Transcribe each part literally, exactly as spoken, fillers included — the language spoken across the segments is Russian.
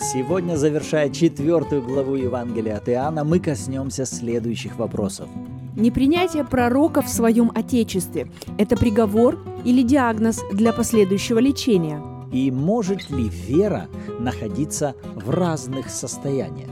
Сегодня, завершая четвертую главу Евангелия от Иоанна, мы коснемся следующих вопросов. Непринятие пророка в своем отечестве – это приговор или диагноз для последующего лечения? И может ли вера находиться в разных состояниях?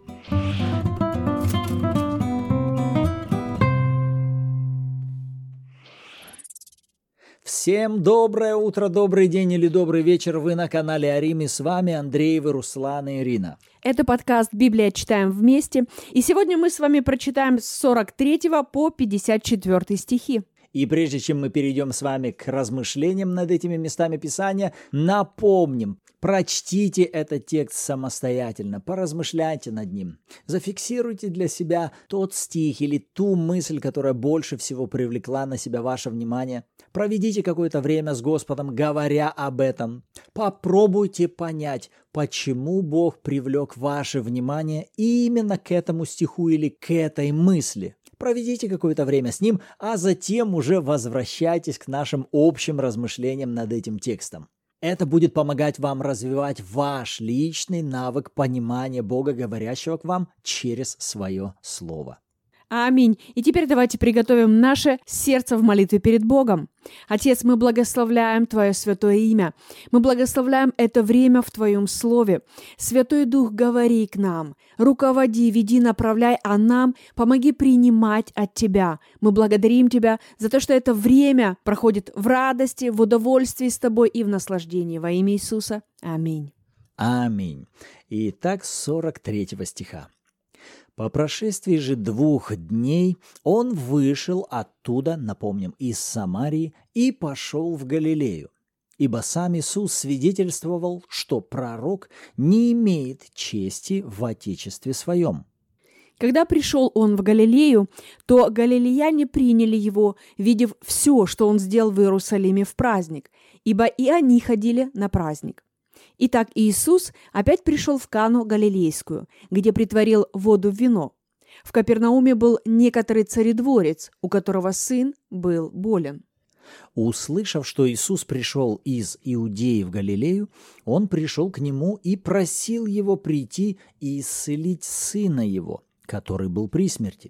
Всем доброе утро, добрый день или добрый вечер. Вы на канале Арим, и с вами Андреевы, Руслан и Ирина. Это подкаст «Библия. Читаем вместе». И сегодня мы с вами прочитаем с сорок третьего по пятьдесят четвёртый стихи. И прежде чем мы перейдем с вами к размышлениям над этими местами Писания, напомним, прочтите этот текст самостоятельно, поразмышляйте над ним, зафиксируйте для себя тот стих или ту мысль, которая больше всего привлекла на себя ваше внимание. Проведите какое-то время с Господом, говоря об этом. Попробуйте понять, почему Бог привлек ваше внимание именно к этому стиху или к этой мысли. Проведите какое-то время с ним, а затем уже возвращайтесь к нашим общим размышлениям над этим текстом. Это будет помогать вам развивать ваш личный навык понимания Бога, говорящего к вам через свое слово. Аминь. И теперь давайте приготовим наше сердце в молитве перед Богом. Отец, мы благословляем Твое святое имя. Мы благословляем это время в Твоем Слове. Святой Дух, говори к нам. Руководи, веди, направляй, а нам помоги принимать от Тебя. Мы благодарим Тебя за то, что это время проходит в радости, в удовольствии с Тобой и в наслаждении. Во имя Иисуса. Аминь. Аминь. Итак, с сорок третьего стиха. «По прошествии же двух дней он вышел оттуда, напомним, из Самарии, и пошел в Галилею. Ибо сам Иисус свидетельствовал, что пророк не имеет чести в отечестве своем». Когда пришел он в Галилею, то галилеяне приняли его, видев все, что он сделал в Иерусалиме в праздник, ибо и они ходили на праздник. Итак, Иисус опять пришел в Кану Галилейскую, где притворил воду в вино. В Капернауме был некоторый царедворец, у которого сын был болен. Услышав, что Иисус пришел из Иудеи в Галилею, он пришел к нему и просил его прийти и исцелить сына его, который был при смерти.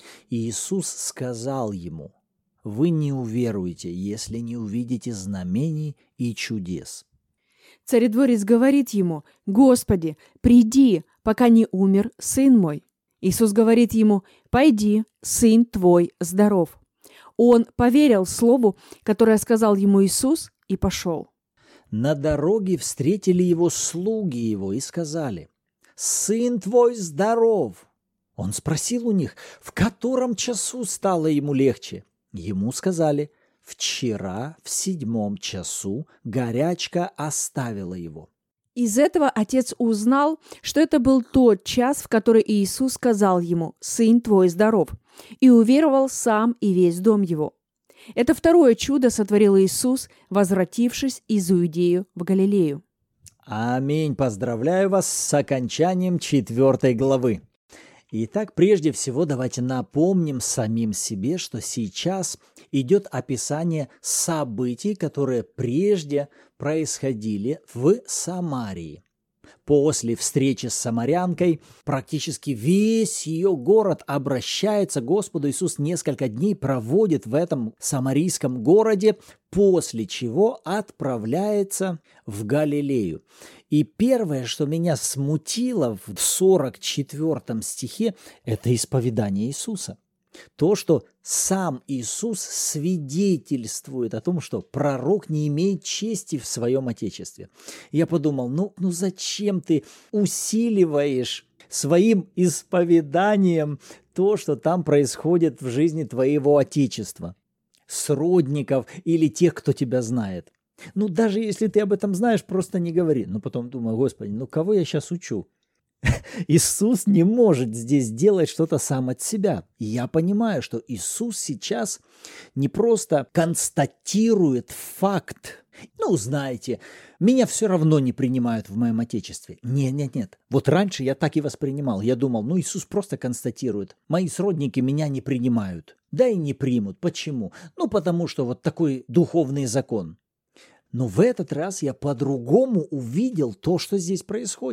И Иисус сказал ему: «Вы не уверуете, если не увидите знамений и чудес». Царедворец говорит ему: «Господи, приди, пока не умер сын мой». Иисус говорит ему: «Пойди, сын твой здоров». Он поверил слову, которое сказал ему Иисус, и пошел. На дороге встретили его слуги его и сказали: «Сын твой здоров». Он спросил у них, в котором часу стало ему легче. Ему сказали: «Вчера в седьмом часу горячка оставила его». Из этого отец узнал, что это был тот час, в который Иисус сказал ему: «Сын твой здоров», и уверовал сам и весь дом его. Это второе чудо сотворил Иисус, возвратившись из Иудеи в Галилею. Аминь. Поздравляю вас с окончанием четвертой главы. Итак, прежде всего давайте напомним самим себе, что сейчас идет описание событий, которые прежде происходили в Самарии. После встречи с самарянкой практически весь ее город обращается к Господу. Иисус несколько дней проводит в этом самарийском городе, после чего отправляется в Галилею. И первое, что меня смутило в сорок четвёртом стихе, это исповедание Иисуса. То, что сам Иисус свидетельствует о том, что пророк не имеет чести в своем отечестве. Я подумал, ну, ну зачем ты усиливаешь своим исповеданием то, что там происходит в жизни твоего отечества, сродников или тех, кто тебя знает? Ну, даже если ты об этом знаешь, просто не говори. Но потом думаю, Господи, ну кого я сейчас учу? Иисус не может здесь делать что-то сам от себя. И я понимаю, что Иисус сейчас не просто констатирует факт. Ну, знаете, меня все равно не принимают в моем отечестве. Нет, нет, нет. Вот раньше я так и воспринимал. Я думал, ну, Иисус просто констатирует. Мои сродники меня не принимают. Да и не примут. Почему? Ну, потому что вот такой духовный закон. Но в этот раз я по-другому увидел то, что здесь происходит.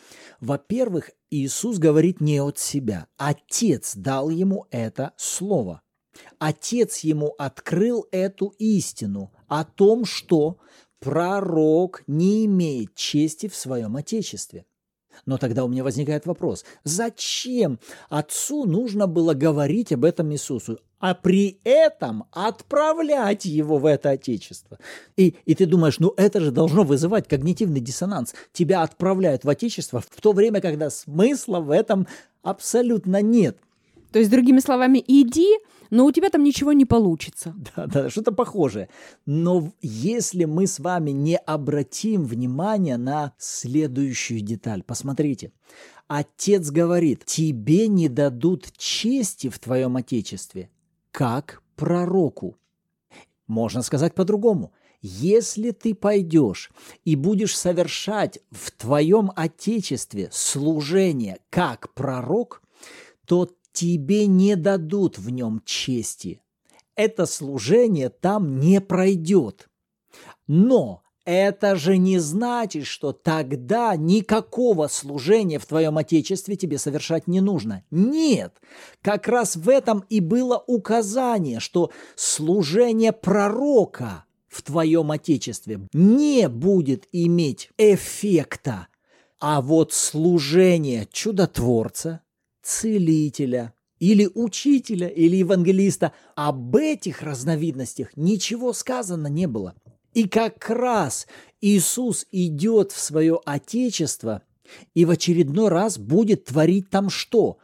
Во-первых, Иисус говорит не от себя. Отец дал ему это слово. Отец ему открыл эту истину о том, что пророк не имеет чести в своем отечестве. Но тогда у меня возникает вопрос, зачем отцу нужно было говорить об этом Иисусу, а при этом отправлять его в это отечество? И, и ты думаешь, ну это же должно вызывать когнитивный диссонанс. Тебя отправляют в отечество в то время, когда смысла в этом абсолютно нет. То есть, другими словами, иди, но у тебя там ничего не получится. Да, да, что-то похожее. Но если мы с вами не обратим внимание на следующую деталь, посмотрите. Отец говорит, тебе не дадут чести в твоем отечестве, как пророку. Можно сказать по-другому. Если ты пойдешь и будешь совершать в твоем отечестве служение как пророк, то тебе не дадут в нем чести. Это служение там не пройдет. Но это же не значит, что тогда никакого служения в твоем отечестве тебе совершать не нужно. Нет, как раз в этом и было указание, что служение пророка в твоем отечестве не будет иметь эффекта, а вот служение чудотворца, целителя или учителя, или евангелиста, об этих разновидностях ничего сказано не было. И как раз Иисус идет в свое Отечество и в очередной раз будет творить там что?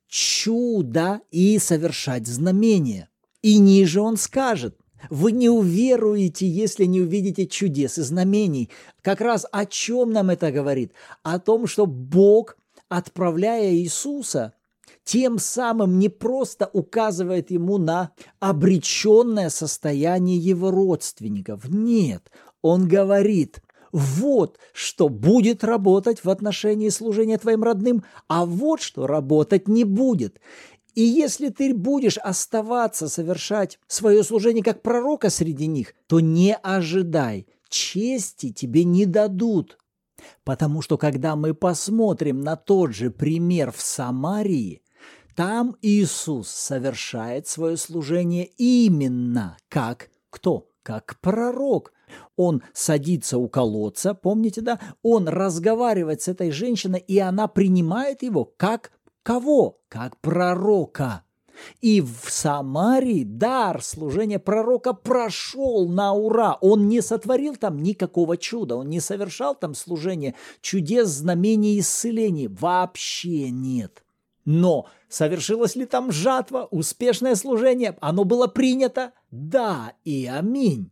Чудо и совершать знамения. И ниже он скажет, вы не уверуете, если не увидите чудес и знамений. Как раз о чем нам это говорит? О том, что Бог, отправляя Иисуса, тем самым не просто указывает ему на обреченное состояние его родственников. Нет, он говорит, вот что будет работать в отношении служения твоим родным, а вот что работать не будет. И если ты будешь оставаться, совершать свое служение как пророка среди них, то не ожидай, чести тебе не дадут. Потому что когда мы посмотрим на тот же пример в Самарии, там Иисус совершает свое служение именно как кто? Как пророк. Он садится у колодца, помните, да? Он разговаривает с этой женщиной, и она принимает его как кого? Как пророка. И в Самарии дар служения пророка прошел на ура. Он не сотворил там никакого чуда, он не совершал там служение чудес, знамений, исцелений. Вообще нет. Но совершилась ли там жатва, успешное служение? Оно было принято? Да и аминь.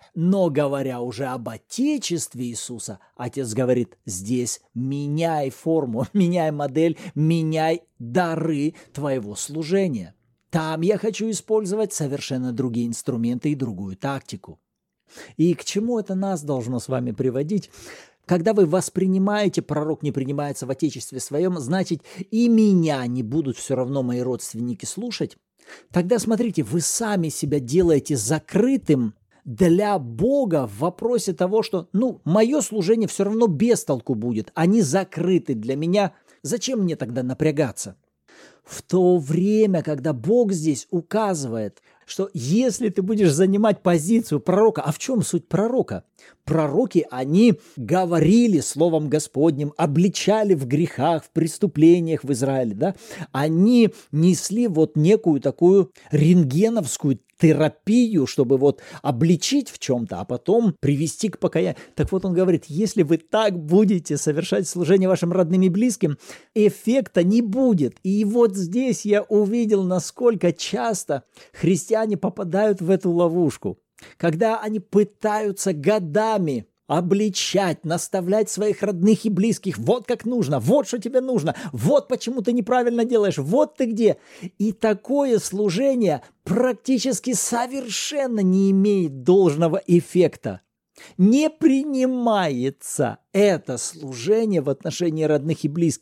Но говоря уже об Отечестве Иисуса, Отец говорит, здесь меняй форму, меняй модель, меняй дары твоего служения. Там я хочу использовать совершенно другие инструменты и другую тактику. И к чему это нас должно с вами приводить? Когда вы воспринимаете, пророк не принимается в Отечестве своем, значит, и меня не будут все равно мои родственники слушать. Тогда, смотрите, вы сами себя делаете закрытым для Бога в вопросе того, что, ну, мое служение все равно без толку будет. Они закрыты для меня. Зачем мне тогда напрягаться? В то время, когда Бог здесь указывает, что если ты будешь занимать позицию пророка, а в чем суть пророка? Пророки, они говорили Словом Господним, обличали в грехах, в преступлениях в Израиле, да? Они несли вот некую такую рентгеновскую терапию, чтобы вот обличить в чем-то, а потом привести к покаянию. Так вот он говорит, если вы так будете совершать служение вашим родным и близким, эффекта не будет. И вот здесь я увидел, насколько часто христиане попадают в эту ловушку, когда они пытаются годами обличать, наставлять своих родных и близких. Вот как нужно, вот что тебе нужно, вот почему ты неправильно делаешь, вот ты где. И такое служение практически совершенно не имеет должного эффекта. Не принимается это служение в отношении родных и близких.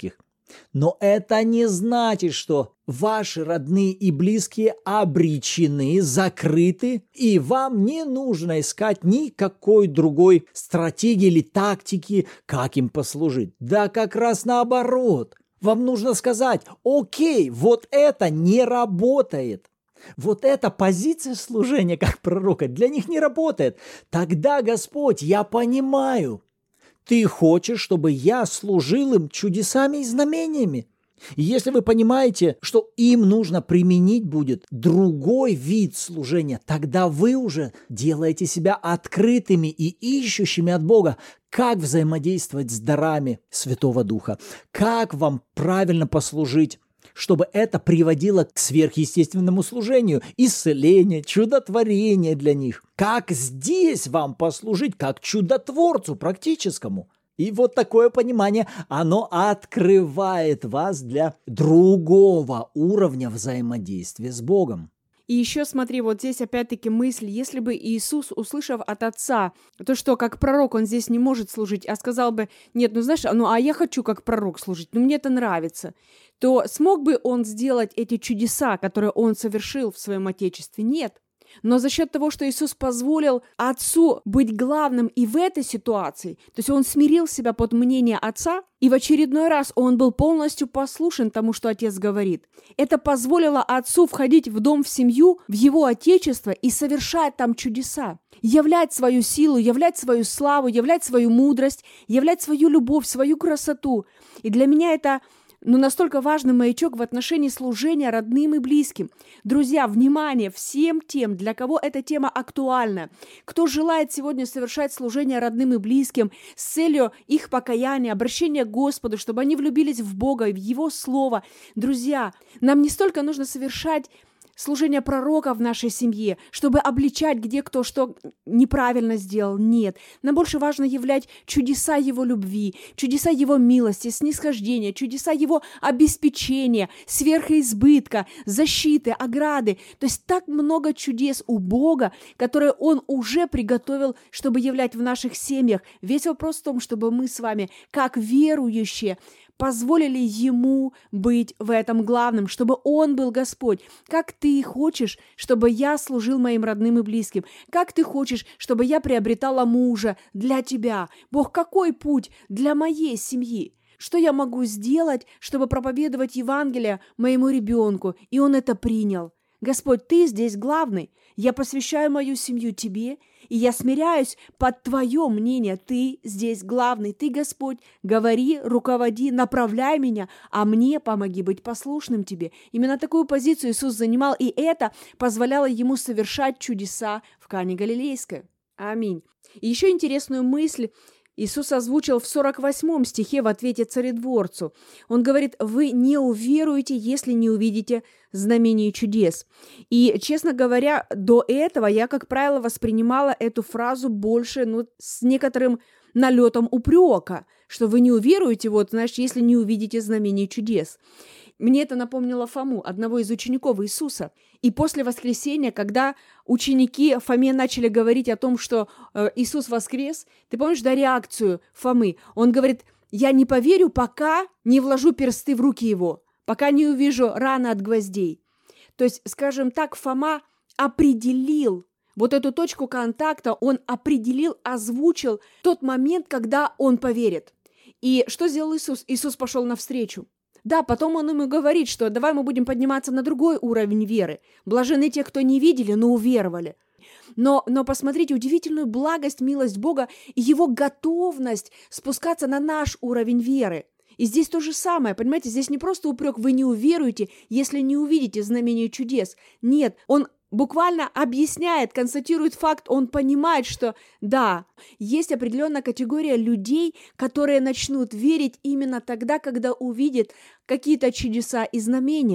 Но это не значит, что ваши родные и близкие обречены, закрыты, и вам не нужно искать никакой другой стратегии или тактики, как им послужить. Да как раз наоборот. Вам нужно сказать: окей, вот это не работает. Вот эта позиция служения как пророка для них не работает. Тогда, Господь, я понимаю, Ты хочешь, чтобы я служил им чудесами и знамениями. И если вы понимаете, что им нужно применить будет другой вид служения, тогда вы уже делаете себя открытыми и ищущими от Бога, как взаимодействовать с дарами Святого Духа, как вам правильно послужить, чтобы это приводило к сверхъестественному служению, исцелению, чудотворение для них. Как здесь вам послужить, как чудотворцу практическому. И вот такое понимание, оно открывает вас для другого уровня взаимодействия с Богом. И еще смотри, вот здесь опять-таки мысль, если бы Иисус, услышав от Отца, то что, как пророк он здесь не может служить, а сказал бы: нет, ну знаешь, ну а я хочу как пророк служить, ну мне это нравится, то смог бы он сделать эти чудеса, которые он совершил в своем Отечестве? Нет. Но за счет того, что Иисус позволил Отцу быть главным и в этой ситуации, то есть он смирил себя под мнение Отца, и в очередной раз он был полностью послушен тому, что Отец говорит. Это позволило Отцу входить в дом, в семью, в его Отечество и совершать там чудеса. Являть свою силу, являть свою славу, являть свою мудрость, являть свою любовь, свою красоту. И для меня это... Но настолько важный маячок в отношении служения родным и близким. Друзья, внимание всем тем, для кого эта тема актуальна, кто желает сегодня совершать служение родным и близким с целью их покаяния, обращения к Господу, чтобы они влюбились в Бога и в Его Слово. Друзья, нам не столько нужно совершать служение пророка в нашей семье, чтобы обличать, где кто что неправильно сделал. Нет. Нам больше важно являть чудеса Его любви, чудеса Его милости, снисхождения, чудеса Его обеспечения, сверхизбытка, защиты, ограды. То есть так много чудес у Бога, которые Он уже приготовил, чтобы являть в наших семьях. Весь вопрос в том, чтобы мы с вами, как верующие, позволили Ему быть в этом главным, чтобы Он был Господь. Как Ты хочешь, чтобы я служил моим родным и близким? Как Ты хочешь, чтобы я приобретала мужа для Тебя? Бог, какой путь для моей семьи? Что я могу сделать, чтобы проповедовать Евангелие моему ребенку? И он это принял. Господь, Ты здесь главный. Я посвящаю мою семью Тебе, и я смиряюсь под Твое мнение. Ты здесь главный. Ты, Господь, говори, руководи, направляй меня, а мне помоги быть послушным Тебе. Именно такую позицию Иисус занимал, и это позволяло Ему совершать чудеса в Кане Галилейской. Аминь. И еще интересную мысль Иисус озвучил в сорок восьмом стихе в ответе царедворцу. Он говорит: «Вы не уверуете, если не увидите знамений и чудес». И, честно говоря, до этого я, как правило, воспринимала эту фразу больше, ну, с некоторым налетом упрека, что вы не уверуете, вот, знаешь, если не увидите знамений и чудес. Мне это напомнило Фому, одного из учеников Иисуса. И после воскресения, когда ученики Фоме начали говорить о том, что э, Иисус воскрес, ты помнишь, да, реакцию Фомы? Он говорит: «Я не поверю, пока не вложу персты в руки его, пока не увижу раны от гвоздей». То есть, скажем так, Фома определил вот эту точку контакта, он определил, озвучил тот момент, когда он поверит. И что сделал Иисус? Иисус пошел навстречу. Да, потом он ему говорит, что давай мы будем подниматься на другой уровень веры. Блаженны те, кто не видели, но уверовали. Но, но посмотрите, удивительную благость, милость Бога и Его готовность спускаться на наш уровень веры. И здесь то же самое, понимаете, здесь не просто упрек: вы не уверуете, если не увидите знамения чудес. Нет, он буквально объясняет, констатирует факт, он понимает, что да, есть определенная категория людей, которые начнут верить именно тогда, когда увидят какие-то чудеса и знамения.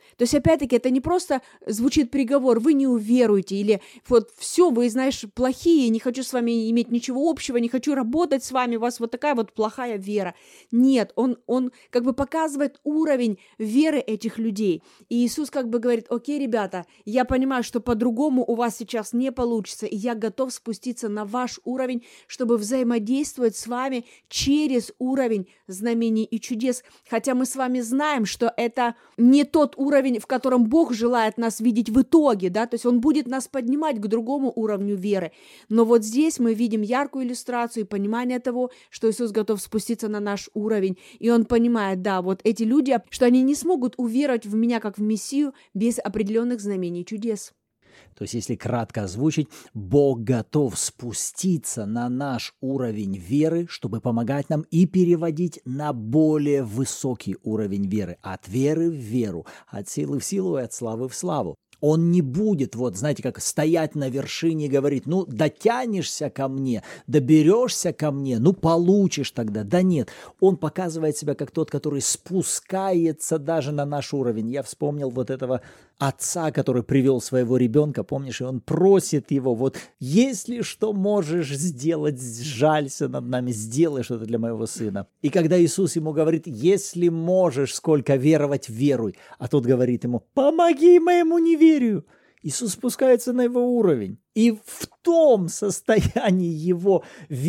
То есть, опять-таки, это не просто звучит приговор, вы не уверуете, или вот все, вы, знаешь, плохие, не хочу с вами иметь ничего общего, не хочу работать с вами, у вас вот такая вот плохая вера. Нет, он, он как бы показывает уровень веры этих людей. И Иисус как бы говорит: окей, ребята, я понимаю, что по-другому у вас сейчас не получится, и я готов спуститься на ваш уровень, чтобы взаимодействовать с вами через уровень знамений и чудес. Хотя мы с вами знаем, что это не тот уровень, в котором Бог желает нас видеть в итоге, да, то есть Он будет нас поднимать к другому уровню веры. Но вот здесь мы видим яркую иллюстрацию и понимание того, что Иисус готов спуститься на наш уровень, и Он понимает, да, вот эти люди, что они не смогут уверовать в Меня как в Мессию без определенных знамений и чудес. То есть, если кратко озвучить, Бог готов спуститься на наш уровень веры, чтобы помогать нам и переводить на более высокий уровень веры. От веры в веру, от силы в силу и от славы в славу. Он не будет, вот, знаете, как стоять на вершине и говорить: ну, дотянешься ко мне, доберешься ко мне, ну, получишь тогда. Да нет, он показывает себя как тот, который спускается даже на наш уровень. Я вспомнил вот этого отца, который привел своего ребенка, помнишь, и он просит его: вот, если что можешь сделать, сжалься над нами, сделай что-то для моего сына. И когда Иисус ему говорит: если можешь сколько веровать, веруй, а тот говорит ему: помоги моему неверию. Иисус спускается на его уровень. И в том состоянии его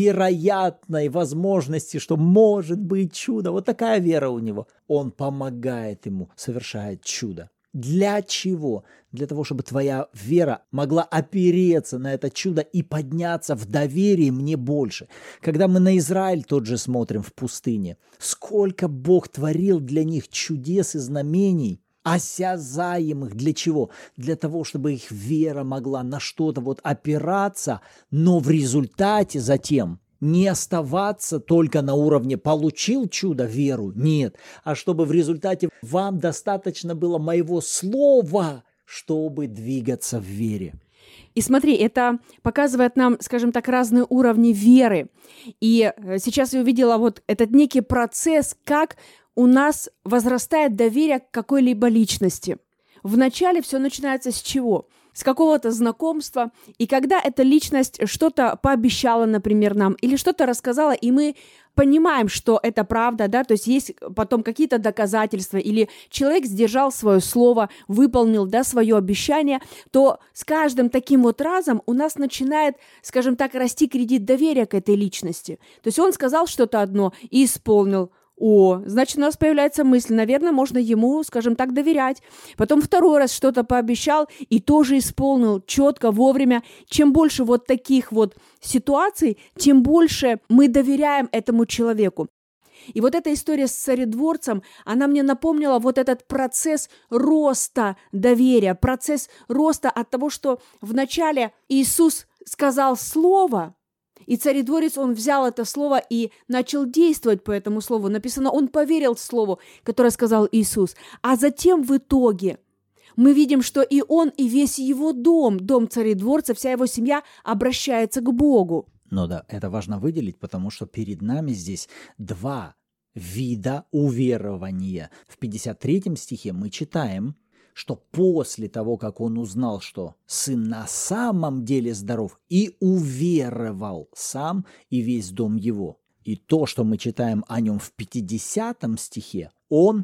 вероятной возможности, что может быть чудо, вот такая вера у него, он помогает ему, совершает чудо. Для чего? Для того, чтобы твоя вера могла опереться на это чудо и подняться в доверии мне больше. Когда мы на Израиль тот же смотрим в пустыне, сколько Бог творил для них чудес и знамений, осязаемых. Для чего? Для того, чтобы их вера могла на что-то вот опираться, но в результате затем не оставаться только на уровне «получил чудо, веру», нет, а чтобы в результате вам достаточно было моего слова, чтобы двигаться в вере. И смотри, это показывает нам, скажем так, разные уровни веры. И сейчас я увидела вот этот некий процесс, как у нас возрастает доверие к какой-либо личности. Вначале все начинается с чего? С какого-то знакомства. И когда эта личность что-то пообещала, например, нам, или что-то рассказала, и мы понимаем, что это правда, да, то есть есть потом какие-то доказательства, или человек сдержал свое слово, выполнил, да, свое обещание, то с каждым таким вот разом у нас начинает, скажем так, расти кредит доверия к этой личности. То есть он сказал что-то одно и исполнил. О, значит, у нас появляется мысль, наверное, можно ему, скажем так, доверять. Потом второй раз что-то пообещал и тоже исполнил четко, вовремя. Чем больше вот таких вот ситуаций, тем больше мы доверяем этому человеку. И вот эта история с царедворцем, она мне напомнила вот этот процесс роста доверия, процесс роста от того, что вначале Иисус сказал слово, и царедворец, он взял это слово и начал действовать по этому слову. Написано, он поверил слову, которое сказал Иисус. А затем в итоге мы видим, что и он, и весь его дом, дом царедворца, вся его семья обращается к Богу. Ну да, это важно выделить, потому что перед нами здесь два вида уверования. В пятьдесят третьем стихе мы читаем, что после того, как он узнал, что сын на самом деле здоров, и уверовал сам и весь дом его. И то, что мы читаем о нем в пятидесятом стихе, он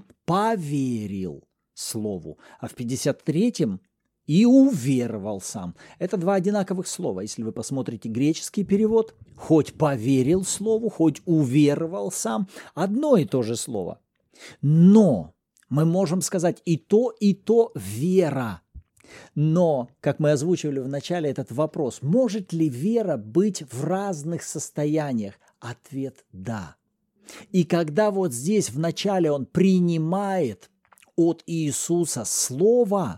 поверил слову, а в пятьдесят третьем и уверовал сам. Это два одинаковых слова. Если вы посмотрите греческий перевод, хоть поверил слову, хоть уверовал сам, одно и то же слово. Но мы можем сказать и то, и то вера. Но, как мы озвучивали в начале этот вопрос, может ли вера быть в разных состояниях? Ответ – да. И когда вот здесь в начале он принимает от Иисуса слово,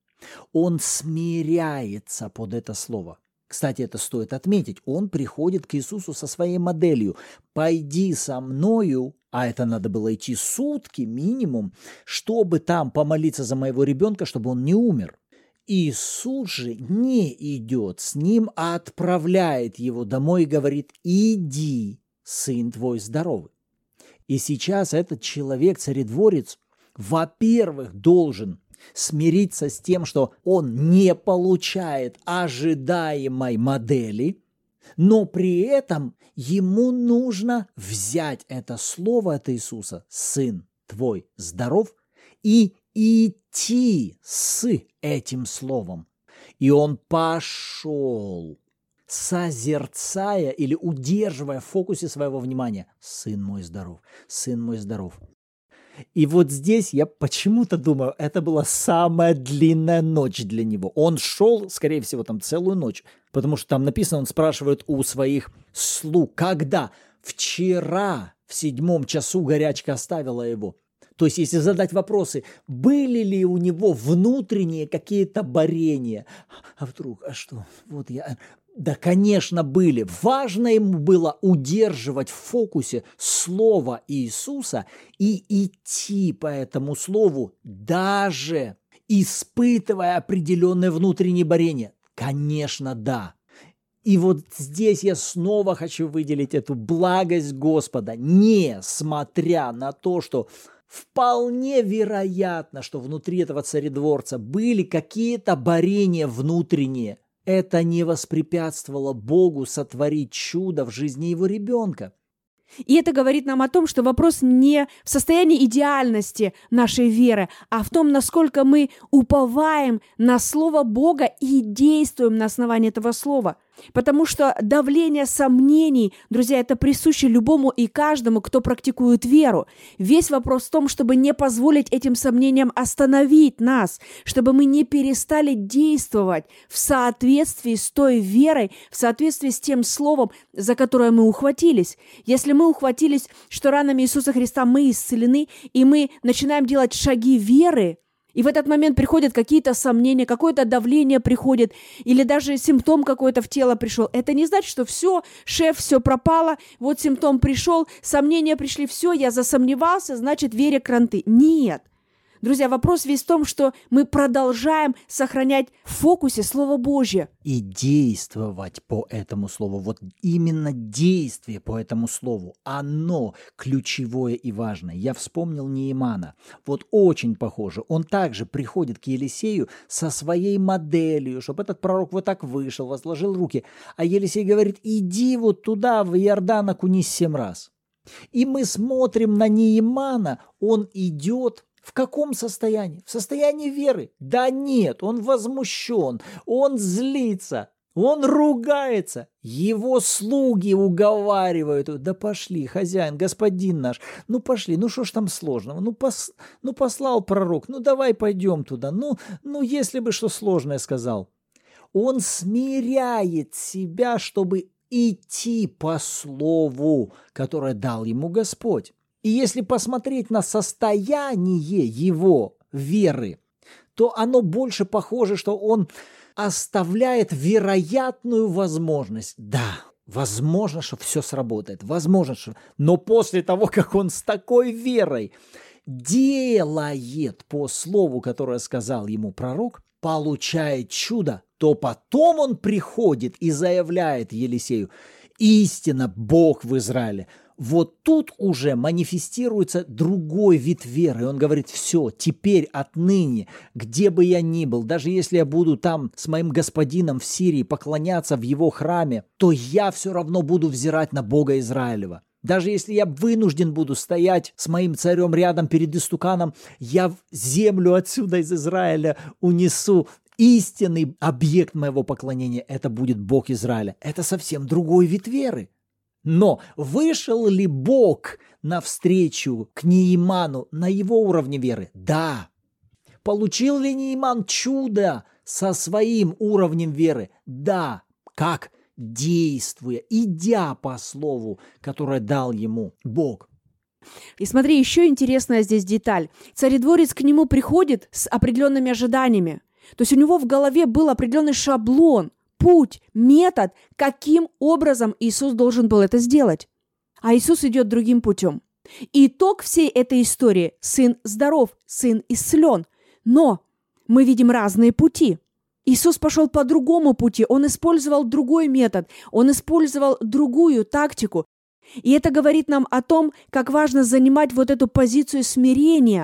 он смиряется под это слово. Кстати, это стоит отметить. Он приходит к Иисусу со своей моделью. «Пойди со мною», а это надо было идти сутки минимум, чтобы там помолиться за моего ребенка, чтобы он не умер. Иисус же не идет с ним, а отправляет его домой и говорит: «Иди, сын твой здоровый». И сейчас этот человек, царедворец, во-первых, должен смириться с тем, что он не получает ожидаемой модели, но при этом ему нужно взять это слово от Иисуса, «Сын твой здоров», и идти с этим словом. И он пошел, созерцая или удерживая в фокусе своего внимания: «Сын мой здоров, сын мой здоров». И вот здесь я почему-то думаю, это была самая длинная ночь для него. Он шел, скорее всего, там целую ночь, потому что там написано, он спрашивает у своих слуг, когда? Вчера в седьмом часу горячка оставила его. То есть, если задать вопросы, были ли у него внутренние какие-то борения, а вдруг, а что, вот я... Да, конечно, были. Важно ему было удерживать в фокусе слово Иисуса и идти по этому слову, даже испытывая определенное внутреннее борение. Конечно, да. И вот здесь я снова хочу выделить эту благость Господа, несмотря на то, что вполне вероятно, что внутри этого царедворца были какие-то борения внутренние. Это не воспрепятствовало Богу сотворить чудо в жизни его ребенка. И это говорит нам о том, что вопрос не в состоянии идеальности нашей веры, а в том, насколько мы уповаем на Слово Бога и действуем на основании этого Слова. Потому что давление сомнений, друзья, это присуще любому и каждому, кто практикует веру. Весь вопрос в том, чтобы не позволить этим сомнениям остановить нас, чтобы мы не перестали действовать в соответствии с той верой, в соответствии с тем словом, за которое мы ухватились. Если мы ухватились, что ранами Иисуса Христа мы исцелены, и мы начинаем делать шаги веры, и в этот момент приходят какие-то сомнения, какое-то давление приходит, или даже симптом какой-то в тело пришел. Это не значит, что все, шеф, все пропало, вот симптом пришел, сомнения пришли, все, я засомневался, значит, вере кранты. Нет. Друзья, вопрос весь в том, что мы продолжаем сохранять в фокусе Слово Божье. И действовать по этому слову. Вот именно действие по этому слову. Оно ключевое и важное. Я вспомнил Неемана. Вот очень похоже. Он также приходит к Елисею со своей моделью, чтобы этот пророк вот так вышел, возложил руки. А Елисей говорит: иди вот туда, в Иордан, окунись семь раз. И мы смотрим на Неемана. Он идет. В каком состоянии? В состоянии веры? Да нет, он возмущен, он злится, он ругается. Его слуги уговаривают: да пошли, хозяин, господин наш, ну пошли, ну что ж там сложного, ну, пос, ну послал пророк, ну давай пойдем туда, ну, ну если бы что сложное сказал. Он смиряет себя, чтобы идти по слову, которое дал ему Господь. И если посмотреть на состояние его веры, то оно больше похоже, что он оставляет вероятную возможность. Да, возможно, что все сработает, возможно, что... Но после того, как он с такой верой делает по слову, которое сказал ему пророк, получает чудо, то потом он приходит и заявляет Елисею: истинно Бог в Израиле. Вот тут уже манифестируется другой вид веры. Он говорит: все, теперь отныне, где бы я ни был, даже если я буду там с моим господином в Сирии поклоняться в его храме, то я все равно буду взирать на Бога Израилева. Даже если я вынужден буду стоять с моим царем рядом перед истуканом, я землю отсюда из Израиля унесу. Истинный объект моего поклонения – это будет Бог Израиля. Это совсем другой вид веры. Но вышел ли Бог навстречу к Нееману на его уровне веры? Да. Получил ли Нееман чудо со своим уровнем веры? Да. Как? Действуя, идя по слову, которое дал ему Бог. И смотри, еще интересная здесь деталь. Царедворец к нему приходит с определенными ожиданиями. То есть у него в голове был определенный шаблон, путь, метод, каким образом Иисус должен был это сделать. А Иисус идет другим путем. И итог всей этой истории – сын здоров, сын исцелен. Но мы видим разные пути. Иисус пошел по другому пути, он использовал другой метод, он использовал другую тактику. И это говорит нам о том, как важно занимать вот эту позицию смирения.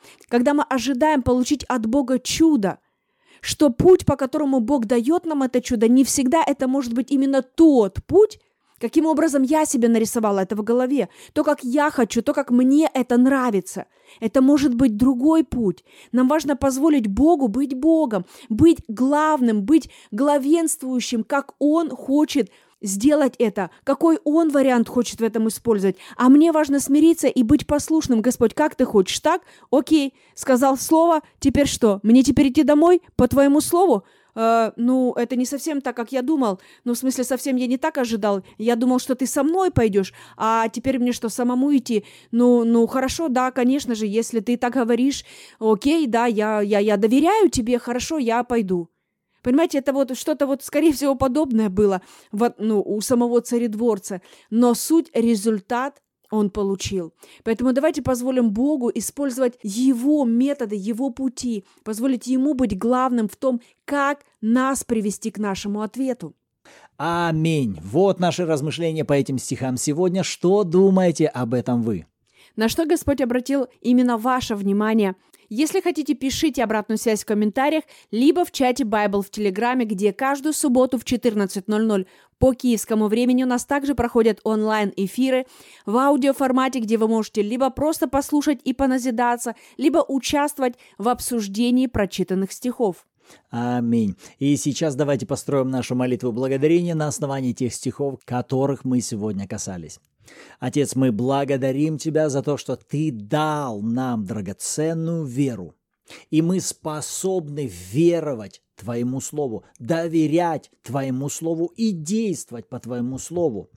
когда мы ожидаем получить от Бога чудо, что путь, по которому Бог дает нам это чудо, не всегда это может быть именно тот путь, каким образом я себе нарисовала это в голове, то, как я хочу, то, как мне это нравится. Это может быть другой путь. Нам важно позволить Богу быть Богом, быть главным, быть главенствующим, как Он хочет сделать это, какой Он вариант хочет в этом использовать. А мне важно смириться и быть послушным. Господь, как Ты хочешь? Так? Окей, сказал слово, теперь что? Мне теперь идти домой по Твоему слову? Uh, ну, это не совсем так, как я думал. Ну, в смысле, совсем я не так ожидал. Я думал, что ты со мной пойдешь, а теперь мне что, самому идти? Ну, ну, хорошо, да, конечно же, если ты так говоришь, окей, да, я, я, я доверяю тебе, хорошо, я пойду. Понимаете, это вот что-то вот, скорее всего, подобное было вот, ну, у самого царедворца. Но суть, результат он получил. Поэтому давайте позволим Богу использовать Его методы, Его пути, позволить Ему быть главным в том, как нас привести к нашему ответу. Аминь. Вот наши размышления по этим стихам сегодня. Что думаете об этом вы? На что Господь обратил именно ваше внимание? Если хотите, пишите обратную связь в комментариях, либо в чате Bible в Телеграме, где каждую субботу в четырнадцать ноль ноль по киевскому времени у нас также проходят онлайн-эфиры в аудиоформате, где вы можете либо просто послушать и поназидаться, либо участвовать в обсуждении прочитанных стихов. Аминь. И сейчас давайте построим нашу молитву благодарения на основании тех стихов, которых мы сегодня касались. Отец, мы благодарим Тебя за то, что Ты дал нам драгоценную веру, и мы способны веровать Твоему Слову, доверять Твоему Слову и действовать по Твоему Слову,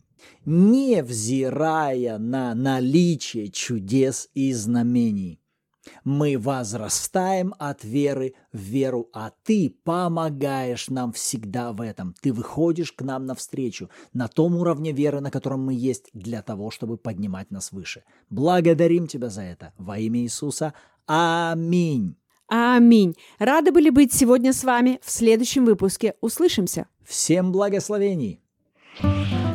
невзирая на наличие чудес и знамений. Мы возрастаем от веры в веру, а Ты помогаешь нам всегда в этом. Ты выходишь к нам навстречу на том уровне веры, на котором мы есть, для того, чтобы поднимать нас выше. Благодарим Тебя за это. Во имя Иисуса. Аминь. Аминь. Рады были быть сегодня с вами. В следующем выпуске услышимся. Всем благословений.